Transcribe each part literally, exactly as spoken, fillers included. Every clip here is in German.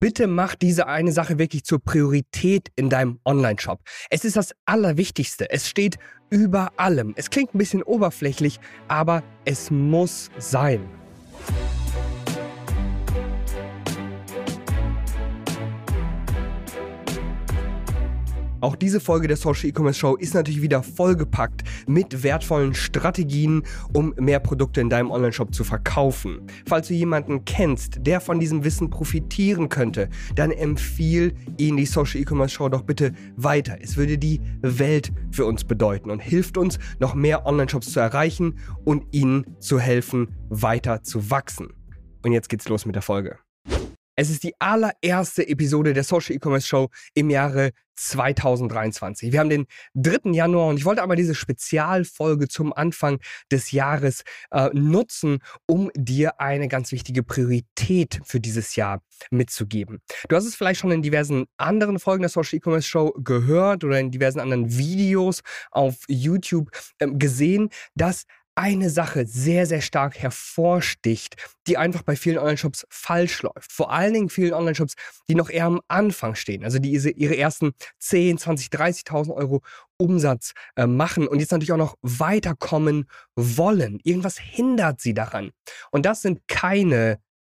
Bitte mach diese eine Sache wirklich zur Priorität in deinem Online-Shop. Es ist das Allerwichtigste. Es steht über allem. Es klingt ein bisschen oberflächlich, aber es muss sein. Auch diese Folge der Social E-Commerce Show ist natürlich wieder vollgepackt mit wertvollen Strategien, um mehr Produkte in deinem Online-Shop zu verkaufen. Falls du jemanden kennst, der von diesem Wissen profitieren könnte, dann empfiehl ihn die Social E-Commerce Show doch bitte weiter. Es würde die Welt für uns bedeuten und hilft uns, noch mehr Online-Shops zu erreichen und ihnen zu helfen, weiter zu wachsen. Und jetzt geht's los mit der Folge. Es ist die allererste Episode der Social E-Commerce Show im Jahre zweitausenddreiundzwanzig. Wir haben den dritten Januar und ich wollte aber diese Spezialfolge zum Anfang des Jahres äh, nutzen, um dir eine ganz wichtige Priorität für dieses Jahr mitzugeben. Du hast es vielleicht schon in diversen anderen Folgen der Social E-Commerce Show gehört oder in diversen anderen Videos auf YouTube äh, gesehen, dass eine Sache sehr, sehr stark hervorsticht, die einfach bei vielen Online-Shops falsch läuft. Vor allen Dingen vielen Online-Shops, die noch eher am Anfang stehen, also die ihre ersten zehn, zwanzig, dreißigtausend Euro Umsatz äh, machen und jetzt natürlich auch noch weiterkommen wollen. Irgendwas hindert sie daran. Und das sind keine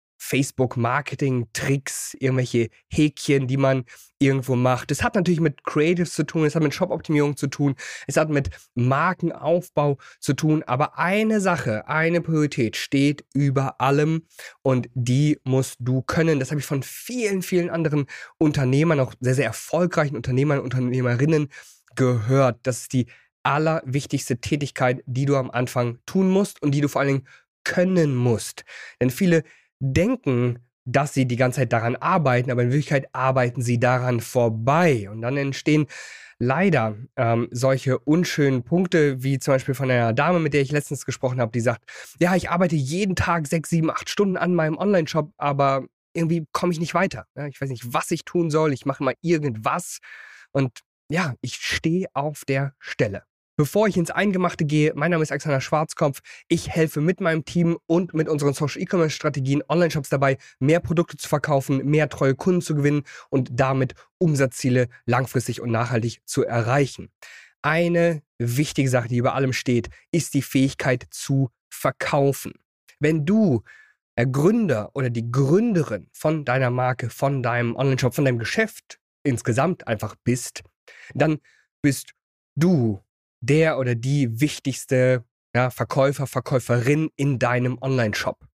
Facebook-Marketing-Tricks, irgendwelche Häkchen, die man irgendwo macht. Es hat natürlich mit Creatives zu tun, es hat mit Shop-Optimierung zu tun, es hat mit Markenaufbau zu tun, aber eine Sache, eine Priorität steht über allem und die musst du können. Das habe ich von vielen, vielen anderen Unternehmern, auch sehr, sehr erfolgreichen Unternehmern und Unternehmerinnen gehört. Das ist die allerwichtigste Tätigkeit, die du am Anfang tun musst und die du vor allen Dingen können musst. Denn viele denken, dass sie die ganze Zeit daran arbeiten, aber in Wirklichkeit arbeiten sie daran vorbei. Und dann entstehen leider ähm, solche unschönen Punkte, wie zum Beispiel von einer Dame, mit der ich letztens gesprochen habe, die sagt, ja, ich arbeite jeden Tag sechs, sieben, acht Stunden an meinem Online-Shop, aber irgendwie komme ich nicht weiter. Ja, ich weiß nicht, was ich tun soll, ich mache mal irgendwas und ja, ich stehe auf der Stelle. Bevor ich ins Eingemachte gehe, mein Name ist Alexander Schwarzkopf. Ich helfe mit meinem Team und mit unseren Social E-Commerce Strategien Online-Shops dabei, mehr Produkte zu verkaufen, mehr treue Kunden zu gewinnen und damit Umsatzziele langfristig und nachhaltig zu erreichen. Eine wichtige Sache, die über allem steht, ist die Fähigkeit zu verkaufen. Wenn du der Gründer oder die Gründerin von deiner Marke, von deinem Online-Shop, von deinem Geschäft insgesamt einfach bist, dann bist du der oder die wichtigste ja, Verkäufer, Verkäuferin in deinem Online-Shop.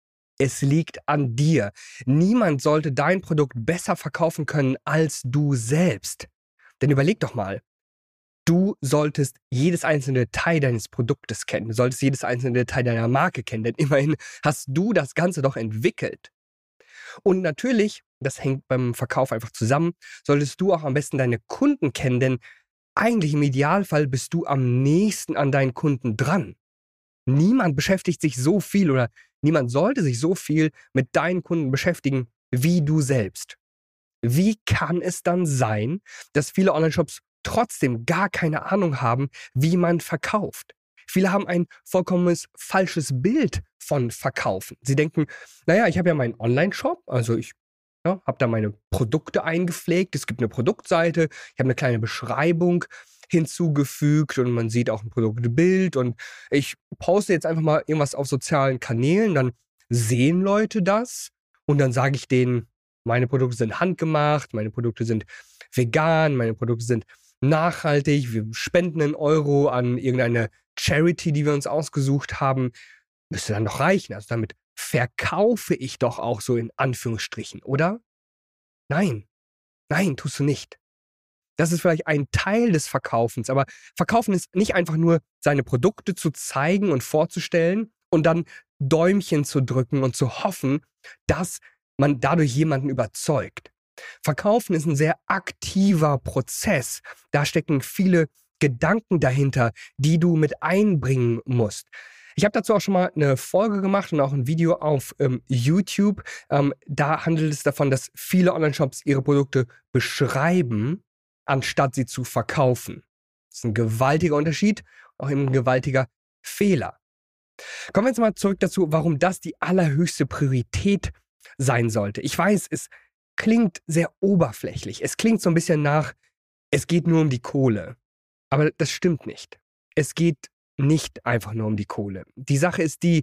Es liegt an dir. Niemand sollte dein Produkt besser verkaufen können als du selbst. Denn überleg doch mal, du solltest jedes einzelne Detail deines Produktes kennen. Du solltest jedes einzelne Detail deiner Marke kennen, denn immerhin hast du das Ganze doch entwickelt. Und natürlich, das hängt beim Verkauf einfach zusammen, solltest du auch am besten deine Kunden kennen, denn eigentlich im Idealfall bist du am nächsten an deinen Kunden dran. Niemand beschäftigt sich so viel oder niemand sollte sich so viel mit deinen Kunden beschäftigen wie du selbst. Wie kann es dann sein, dass viele Online-Shops trotzdem gar keine Ahnung haben, wie man verkauft? Viele haben ein vollkommenes falsches Bild von Verkaufen. Sie denken, naja, ich habe ja meinen Online-Shop, also ich Ja, habe da meine Produkte eingepflegt, es gibt eine Produktseite, ich habe eine kleine Beschreibung hinzugefügt und man sieht auch ein Produktbild und ich poste jetzt einfach mal irgendwas auf sozialen Kanälen, dann sehen Leute das und dann sage ich denen, meine Produkte sind handgemacht, meine Produkte sind vegan, meine Produkte sind nachhaltig, wir spenden einen Euro an irgendeine Charity, die wir uns ausgesucht haben, müsste dann doch reichen, also damit verkaufe ich doch auch so in Anführungsstrichen, oder? Nein, nein, tust du nicht. Das ist vielleicht ein Teil des Verkaufens, aber Verkaufen ist nicht einfach nur, seine Produkte zu zeigen und vorzustellen und dann Däumchen zu drücken und zu hoffen, dass man dadurch jemanden überzeugt. Verkaufen ist ein sehr aktiver Prozess. Da stecken viele Gedanken dahinter, die du mit einbringen musst. Ich habe dazu auch schon mal eine Folge gemacht und auch ein Video auf ähm, YouTube. Ähm, da handelt es davon, dass viele Online-Shops ihre Produkte beschreiben, anstatt sie zu verkaufen. Das ist ein gewaltiger Unterschied, auch eben ein gewaltiger Fehler. Kommen wir jetzt mal zurück dazu, warum das die allerhöchste Priorität sein sollte. Ich weiß, es klingt sehr oberflächlich. Es klingt so ein bisschen nach, es geht nur um die Kohle. Aber das stimmt nicht. Es geht nicht einfach nur um die Kohle. Die Sache ist die,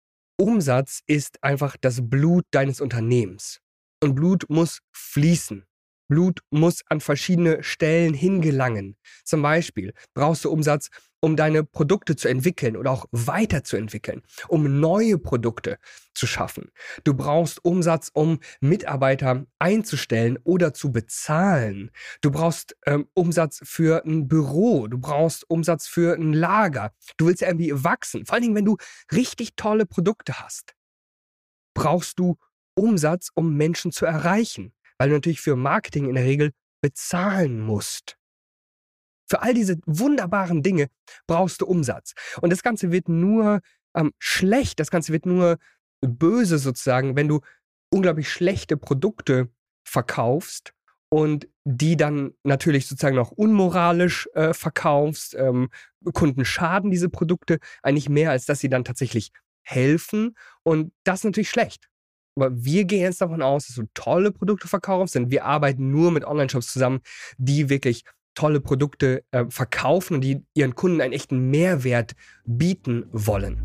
Umsatz ist einfach das Blut deines Unternehmens. Und Blut muss fließen. Blut muss an verschiedene Stellen hingelangen. Zum Beispiel brauchst du Umsatz, um deine Produkte zu entwickeln oder auch weiterzuentwickeln, um neue Produkte zu schaffen. Du brauchst Umsatz, um Mitarbeiter einzustellen oder zu bezahlen. Du brauchst ähm, Umsatz für ein Büro. Du brauchst Umsatz für ein Lager. Du willst ja irgendwie wachsen. Vor allen Dingen, wenn du richtig tolle Produkte hast, brauchst du Umsatz, um Menschen zu erreichen, weil du natürlich für Marketing in der Regel bezahlen musst. Für all diese wunderbaren Dinge brauchst du Umsatz. Und das Ganze wird nur ähm, schlecht, das Ganze wird nur böse sozusagen, wenn du unglaublich schlechte Produkte verkaufst und die dann natürlich sozusagen noch unmoralisch äh, verkaufst. Ähm, Kunden schaden diese Produkte eigentlich mehr, als dass sie dann tatsächlich helfen. Und das ist natürlich schlecht. Aber wir gehen jetzt davon aus, dass du tolle Produkte verkaufst, denn wir arbeiten nur mit Online-Shops zusammen, die wirklich tolle Produkte äh, verkaufen und die ihren Kunden einen echten Mehrwert bieten wollen.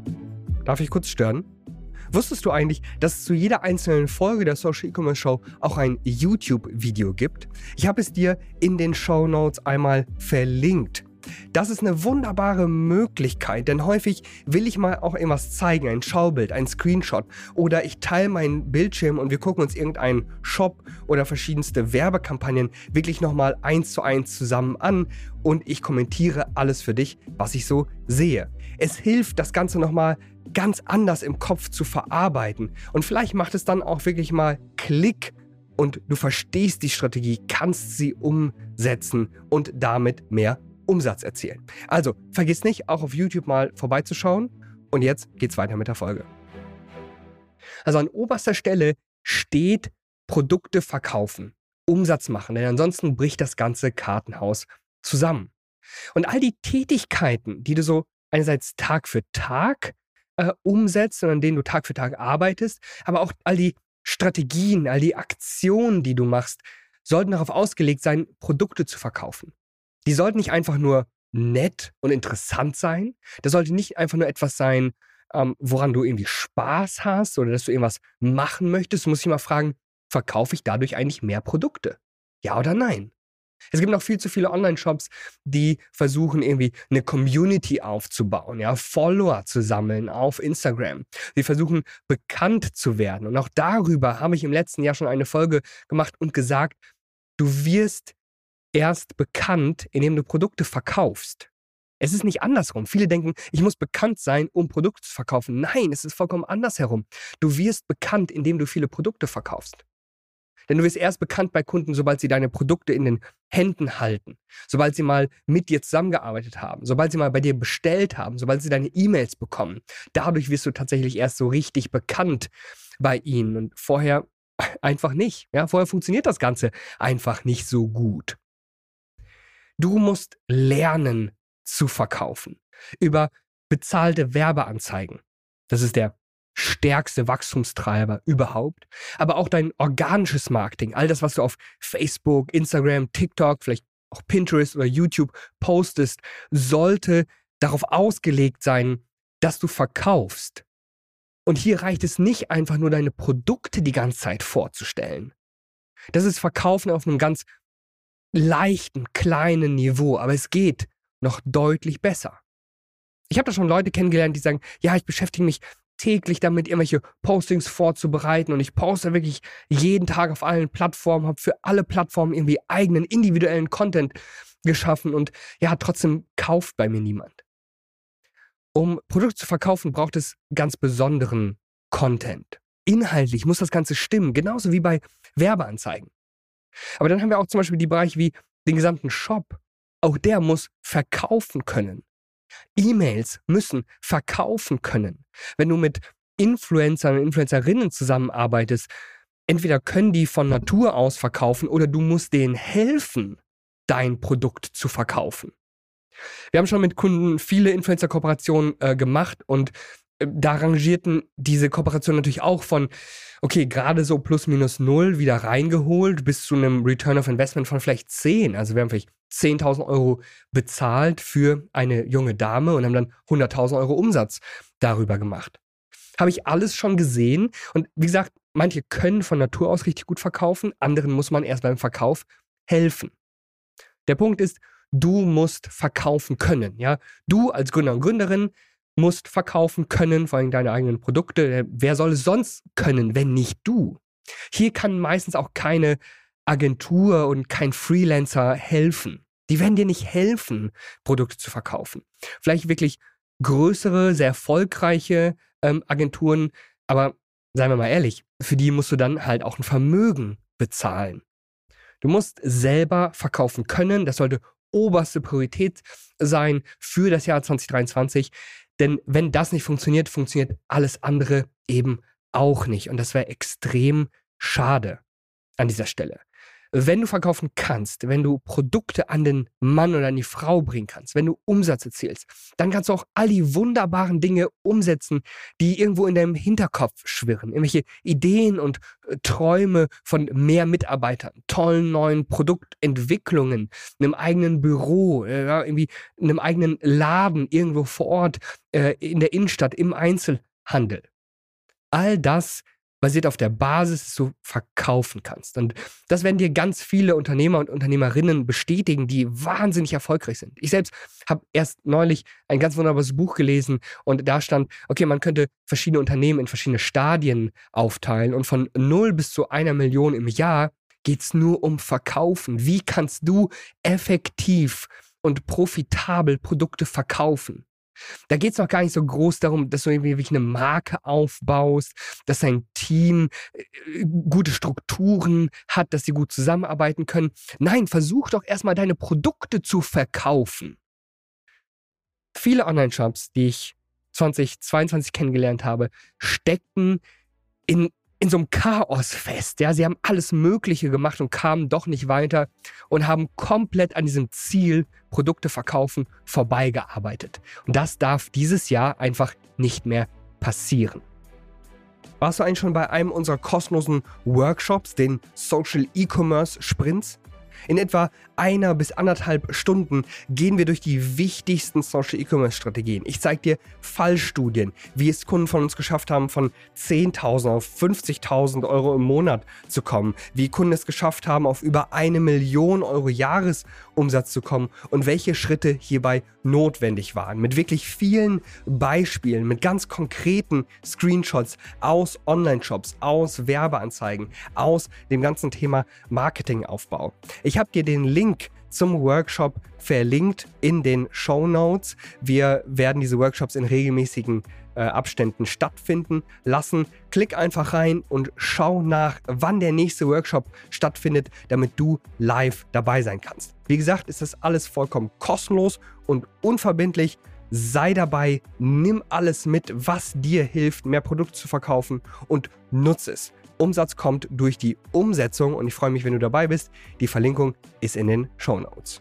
Darf ich kurz stören? Wusstest du eigentlich, dass es zu jeder einzelnen Folge der Social E-Commerce Show auch ein YouTube-Video gibt? Ich habe es dir in den Shownotes einmal verlinkt. Das ist eine wunderbare Möglichkeit, denn häufig will ich mal auch irgendwas zeigen, ein Schaubild, ein Screenshot oder ich teile meinen Bildschirm und wir gucken uns irgendeinen Shop oder verschiedenste Werbekampagnen wirklich nochmal eins zu eins zusammen an und ich kommentiere alles für dich, was ich so sehe. Es hilft, das Ganze nochmal ganz anders im Kopf zu verarbeiten und vielleicht macht es dann auch wirklich mal Klick und du verstehst die Strategie, kannst sie umsetzen und damit mehr Umsatz erzielen. Also, vergiss nicht, auch auf YouTube mal vorbeizuschauen. Und jetzt geht's weiter mit der Folge. Also an oberster Stelle steht Produkte verkaufen, Umsatz machen, denn ansonsten bricht das ganze Kartenhaus zusammen. Und all die Tätigkeiten, die du so einerseits Tag für Tag äh, umsetzt und an denen du Tag für Tag arbeitest, aber auch all die Strategien, all die Aktionen, die du machst, sollten darauf ausgelegt sein, Produkte zu verkaufen. Die sollten nicht einfach nur nett und interessant sein. Das sollte nicht einfach nur etwas sein, ähm, woran du irgendwie Spaß hast oder dass du irgendwas machen möchtest. Du musst dich mal fragen, verkaufe ich dadurch eigentlich mehr Produkte? Ja oder nein? Es gibt noch viel zu viele Online-Shops, die versuchen irgendwie eine Community aufzubauen, ja, Follower zu sammeln auf Instagram. Sie versuchen bekannt zu werden. Und auch darüber habe ich im letzten Jahr schon eine Folge gemacht und gesagt, du wirst erst bekannt, indem du Produkte verkaufst. Es ist nicht andersrum. Viele denken, ich muss bekannt sein, um Produkte zu verkaufen. Nein, es ist vollkommen andersherum. Du wirst bekannt, indem du viele Produkte verkaufst. Denn du wirst erst bekannt bei Kunden, sobald sie deine Produkte in den Händen halten, sobald sie mal mit dir zusammengearbeitet haben, sobald sie mal bei dir bestellt haben, sobald sie deine E-Mails bekommen. Dadurch wirst du tatsächlich erst so richtig bekannt bei ihnen und vorher einfach nicht. Ja, vorher funktioniert das Ganze einfach nicht so gut. Du musst lernen zu verkaufen über bezahlte Werbeanzeigen. Das ist der stärkste Wachstumstreiber überhaupt. Aber auch dein organisches Marketing, all das, was du auf Facebook, Instagram, TikTok, vielleicht auch Pinterest oder YouTube postest, sollte darauf ausgelegt sein, dass du verkaufst. Und hier reicht es nicht einfach nur, deine Produkte die ganze Zeit vorzustellen. Das ist Verkaufen auf einem ganz leichten, kleinen Niveau, aber es geht noch deutlich besser. Ich habe da schon Leute kennengelernt, die sagen, ja, ich beschäftige mich täglich damit, irgendwelche Postings vorzubereiten und ich poste wirklich jeden Tag auf allen Plattformen, habe für alle Plattformen irgendwie eigenen individuellen Content geschaffen und ja, trotzdem kauft bei mir niemand. Um Produkte zu verkaufen, braucht es ganz besonderen Content. Inhaltlich muss das Ganze stimmen, genauso wie bei Werbeanzeigen. Aber dann haben wir auch zum Beispiel die Bereiche wie den gesamten Shop. Auch der muss verkaufen können. E-Mails müssen verkaufen können. Wenn du mit Influencern und Influencerinnen zusammenarbeitest, entweder können die von Natur aus verkaufen oder du musst denen helfen, dein Produkt zu verkaufen. Wir haben schon mit Kunden viele Influencer-Kooperationen äh, gemacht und Da rangierten diese Kooperationen natürlich auch von, okay, gerade so plus minus null wieder reingeholt bis zu einem Return of Investment von vielleicht zehn. Also wir haben vielleicht zehntausend Euro bezahlt für eine junge Dame und haben dann hunderttausend Euro Umsatz darüber gemacht. Habe ich alles schon gesehen. Und wie gesagt, manche können von Natur aus richtig gut verkaufen, anderen muss man erst beim Verkauf helfen. Der Punkt ist, du musst verkaufen können. Ja? Du als Gründer und Gründerin musst verkaufen können, vor allem deine eigenen Produkte. Wer soll es sonst können, wenn nicht du? Hier kann meistens auch keine Agentur und kein Freelancer helfen. Die werden dir nicht helfen, Produkte zu verkaufen. Vielleicht wirklich größere, sehr erfolgreiche ähm, Agenturen, aber seien wir mal ehrlich, für die musst du dann halt auch ein Vermögen bezahlen. Du musst selber verkaufen können, das sollte oberste Priorität sein für das Jahr zwanzig dreiundzwanzig. Denn wenn das nicht funktioniert, funktioniert alles andere eben auch nicht. Und das wäre extrem schade an dieser Stelle. Wenn du verkaufen kannst, wenn du Produkte an den Mann oder an die Frau bringen kannst, wenn du Umsatz erzielst, dann kannst du auch all die wunderbaren Dinge umsetzen, die irgendwo in deinem Hinterkopf schwirren. Irgendwelche Ideen und äh, Träume von mehr Mitarbeitern, tollen neuen Produktentwicklungen, einem eigenen Büro, äh, ja, irgendwie einem eigenen Laden irgendwo vor Ort, äh, in der Innenstadt, im Einzelhandel. All das basiert auf der Basis, dass du verkaufen kannst. Und das werden dir ganz viele Unternehmer und Unternehmerinnen bestätigen, die wahnsinnig erfolgreich sind. Ich selbst habe erst neulich ein ganz wunderbares Buch gelesen und da stand, okay, man könnte verschiedene Unternehmen in verschiedene Stadien aufteilen und von null bis zu einer Million im Jahr geht es nur um Verkaufen. Wie kannst du effektiv und profitabel Produkte verkaufen? Da geht es noch gar nicht so groß darum, dass du irgendwie eine Marke aufbaust, dass dein Team äh, gute Strukturen hat, dass sie gut zusammenarbeiten können. Nein, versuch doch erstmal deine Produkte zu verkaufen. Viele Online-Shops, die ich zwanzig zweiundzwanzig kennengelernt habe, steckten in in so einem Chaos fest. Ja? Sie haben alles Mögliche gemacht und kamen doch nicht weiter und haben komplett an diesem Ziel, Produkte verkaufen, vorbeigearbeitet. Und das darf dieses Jahr einfach nicht mehr passieren. Warst du eigentlich schon bei einem unserer kostenlosen Workshops, den Social E-Commerce Sprints? In etwa einer bis anderthalb Stunden gehen wir durch die wichtigsten Social E-Commerce Strategien. Ich zeige dir Fallstudien, wie es Kunden von uns geschafft haben, von zehntausend auf fünfzigtausend Euro im Monat zu kommen, wie Kunden es geschafft haben, auf über eine Million Euro Jahresumsatz zu kommen und welche Schritte hierbei notwendig waren. Mit wirklich vielen Beispielen, mit ganz konkreten Screenshots aus Online-Shops, aus Werbeanzeigen, aus dem ganzen Thema Marketingaufbau. Ich habe dir den Link zum Workshop verlinkt in den Shownotes. Wir werden diese Workshops in regelmäßigen äh, Abständen stattfinden lassen. Klick einfach rein und schau nach, wann der nächste Workshop stattfindet, damit du live dabei sein kannst. Wie gesagt, ist das alles vollkommen kostenlos und unverbindlich. Sei dabei, nimm alles mit, was dir hilft, mehr Produkte zu verkaufen und nutze es. Umsatz kommt durch die Umsetzung und ich freue mich, wenn du dabei bist. Die Verlinkung ist in den Shownotes.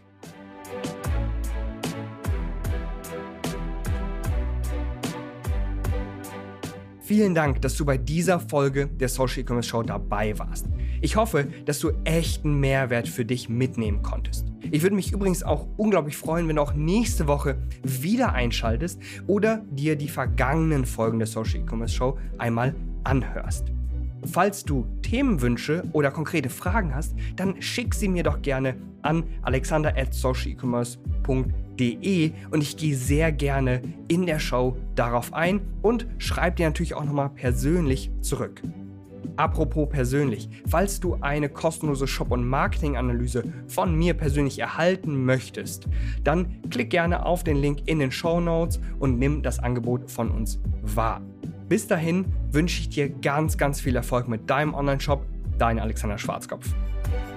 Vielen Dank, dass du bei dieser Folge der Social E-Commerce Show dabei warst. Ich hoffe, dass du echten Mehrwert für dich mitnehmen konntest. Ich würde mich übrigens auch unglaublich freuen, wenn du auch nächste Woche wieder einschaltest oder dir die vergangenen Folgen der Social E-Commerce Show einmal anhörst. Falls du Themenwünsche oder konkrete Fragen hast, dann schick sie mir doch gerne an alexander at social e commerce punkt de und ich gehe sehr gerne in der Show darauf ein und schreibe dir natürlich auch nochmal persönlich zurück. Apropos persönlich, falls du eine kostenlose Shop- und Marketing-Analyse von mir persönlich erhalten möchtest, dann klick gerne auf den Link in den Shownotes und nimm das Angebot von uns wahr. Bis dahin wünsche ich dir ganz, ganz viel Erfolg mit deinem Online-Shop. Dein Alexander Schwarzkopf.